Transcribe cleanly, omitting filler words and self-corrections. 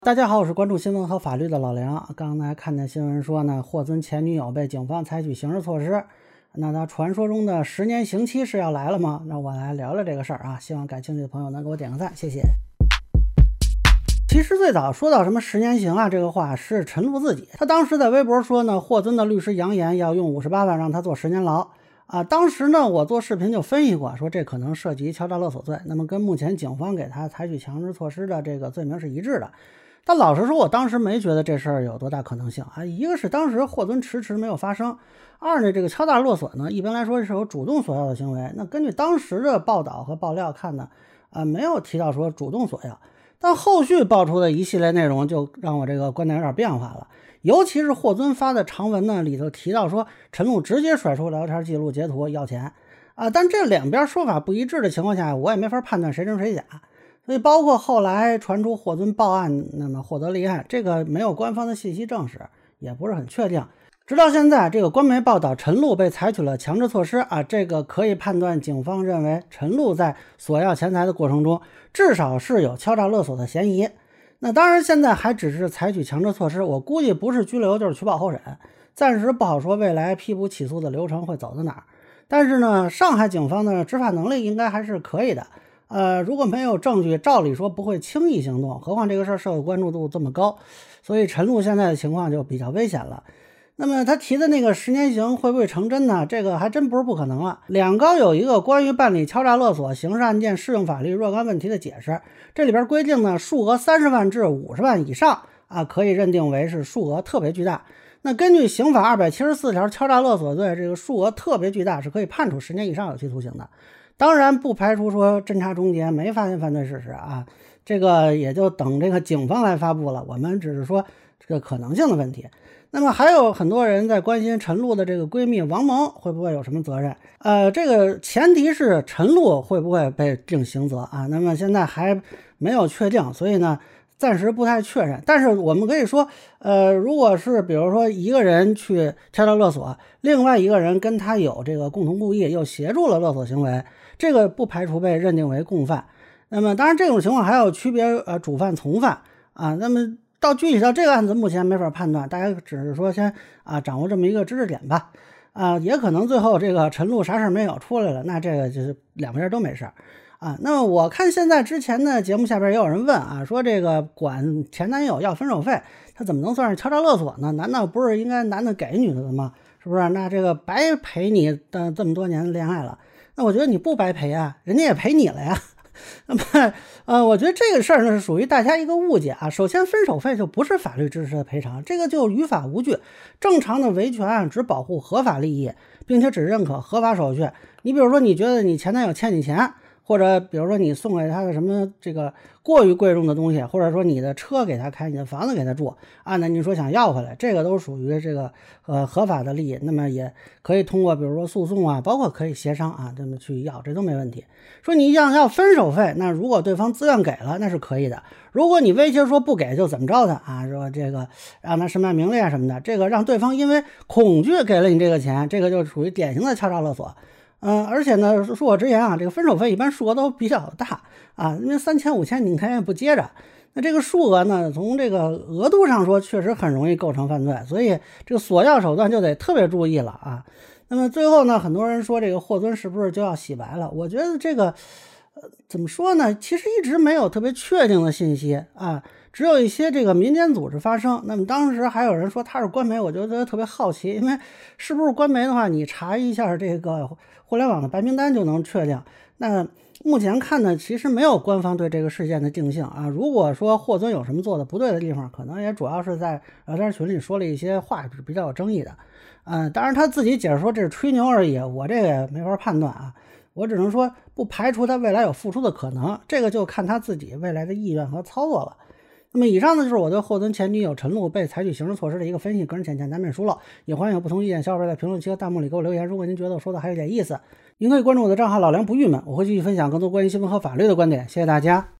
大家好，我是关注新闻和法律的老梁。刚才看见新闻说呢，霍尊前女友被警方采取刑事措施，那他传说中的10年刑期是要来了吗？那我来聊聊这个事儿啊，希望感兴趣的朋友能给我点个赞，谢谢。其实最早说到什么10年刑啊这个话是陈露自己，他当时在微博说呢，霍尊的律师扬言要用58万让他坐10年牢啊。当时呢我做视频就分析过，说这可能涉及敲诈勒索罪，那么跟目前警方给他采取强制措施的这个罪名是一致的。但老实说，我当时没觉得这事儿有多大可能性啊。一个是当时霍尊迟迟没有发生，二呢，这个敲诈勒索呢，一般来说是有主动索要的行为。那根据当时的报道和爆料看呢，没有提到说主动索要。但后续爆出的一系列内容就让我这个观点有点变化了。尤其是霍尊发的长文呢，里头提到说陈露直接甩出聊天记录截图要钱啊。但这两边说法不一致的情况下，我也没法判断谁真谁假。所以包括后来传出霍尊报案，那么获得立案，这个没有官方的信息证实，也不是很确定。直到现在，这个官媒报道陈露被采取了强制措施啊，这个可以判断警方认为陈露在索要钱财的过程中，至少是有敲诈勒索的嫌疑。那当然现在还只是采取强制措施，我估计不是拘留就是取保候审，暂时不好说未来批捕起诉的流程会走到哪儿。但是呢，上海警方的执法能力应该还是可以的。如果没有证据，照理说不会轻易行动，何况这个事儿社会关注度这么高，所以陈露现在的情况就比较危险了。那么他提的那个10年刑会不会成真呢？这个还真不是不可能了。两高有一个关于办理敲诈勒索刑事案件适用法律若干问题的解释，这里边规定呢，数额30万至50万以上啊，可以认定为是数额特别巨大。那根据刑法274条，敲诈勒索罪这个数额特别巨大是可以判处10年以上有期徒刑的。当然不排除说侦查终结没发现犯罪事实啊，这个也就等这个警方来发布了，我们只是说这个可能性的问题。那么还有很多人在关心陈露的这个闺蜜王萌会不会有什么责任，这个前提是陈露会不会被定刑责啊，那么现在还没有确定，所以呢暂时不太确认。但是我们可以说如果是比如说一个人去敲诈勒索，另外一个人跟他有这个共同故意又协助了勒索行为，这个不排除被认定为共犯。那么当然这种情况还有区别主犯从犯啊，那么具体到这个案子目前没法判断，大家只是说先掌握这么一个知识点吧。也可能最后这个陈露啥事没有出来了，那这个就是两边都没事啊。那么我看现在之前的节目下边也有人问啊，说这个管前男友要分手费，他怎么能算是敲诈勒索呢？难道不是应该男的给女的的吗？是不是？那这个白陪你的这么多年的恋爱了，那我觉得你不白陪啊，人家也陪你了呀。那么我觉得这个事儿呢是属于大家一个误解啊。首先分手费就不是法律支持的赔偿，这个就于法无据。正常的维权案只保护合法利益，并且只认可合法手续。你比如说你觉得你前男友欠你钱，或者比如说你送给他的什么这个过于贵重的东西，或者说你的车给他开，你的房子给他住啊，那你说想要回来，这个都属于这个合法的利益，那么也可以通过比如说诉讼啊，包括可以协商啊，这么去要，这都没问题。说你要分手费，那如果对方自愿给了，那是可以的。如果你威胁说不给就怎么着他啊，说这个让他身败名裂什么的，这个让对方因为恐惧给了你这个钱，这个就属于典型的敲诈勒索。而且呢，恕我直言啊，这个分手费一般数额都比较大啊，因为3000、5000你看也不接着，那这个数额呢，从这个额度上说，确实很容易构成犯罪，所以这个索要手段就得特别注意了啊。那么最后呢，很多人说这个霍尊是不是就要洗白了？我觉得这个怎么说呢？其实一直没有特别确定的信息啊，只有一些这个民间组织发声。那么当时还有人说他是官媒，我觉得特别好奇，因为是不是官媒的话，你查一下这个互联网的白名单就能确定。那目前看呢，其实没有官方对这个事件的定性啊。如果说霍尊有什么做的不对的地方，可能也主要是在聊天群里说了一些话是比较有争议的。当然他自己解释说这是吹牛而已，我这个也没法判断啊。我只能说不排除他未来有复出的可能，这个就看他自己未来的意愿和操作了。那么以上呢就是我对霍尊前女友陈露被采取刑事措施的一个分析，个人浅见难免疏漏，也欢迎有不同意见小伙伴在评论区和弹幕里给我留言。如果您觉得我说的还有点意思，您可以关注我的账号老梁不郁闷，我会继续分享更多关于新闻和法律的观点。谢谢大家。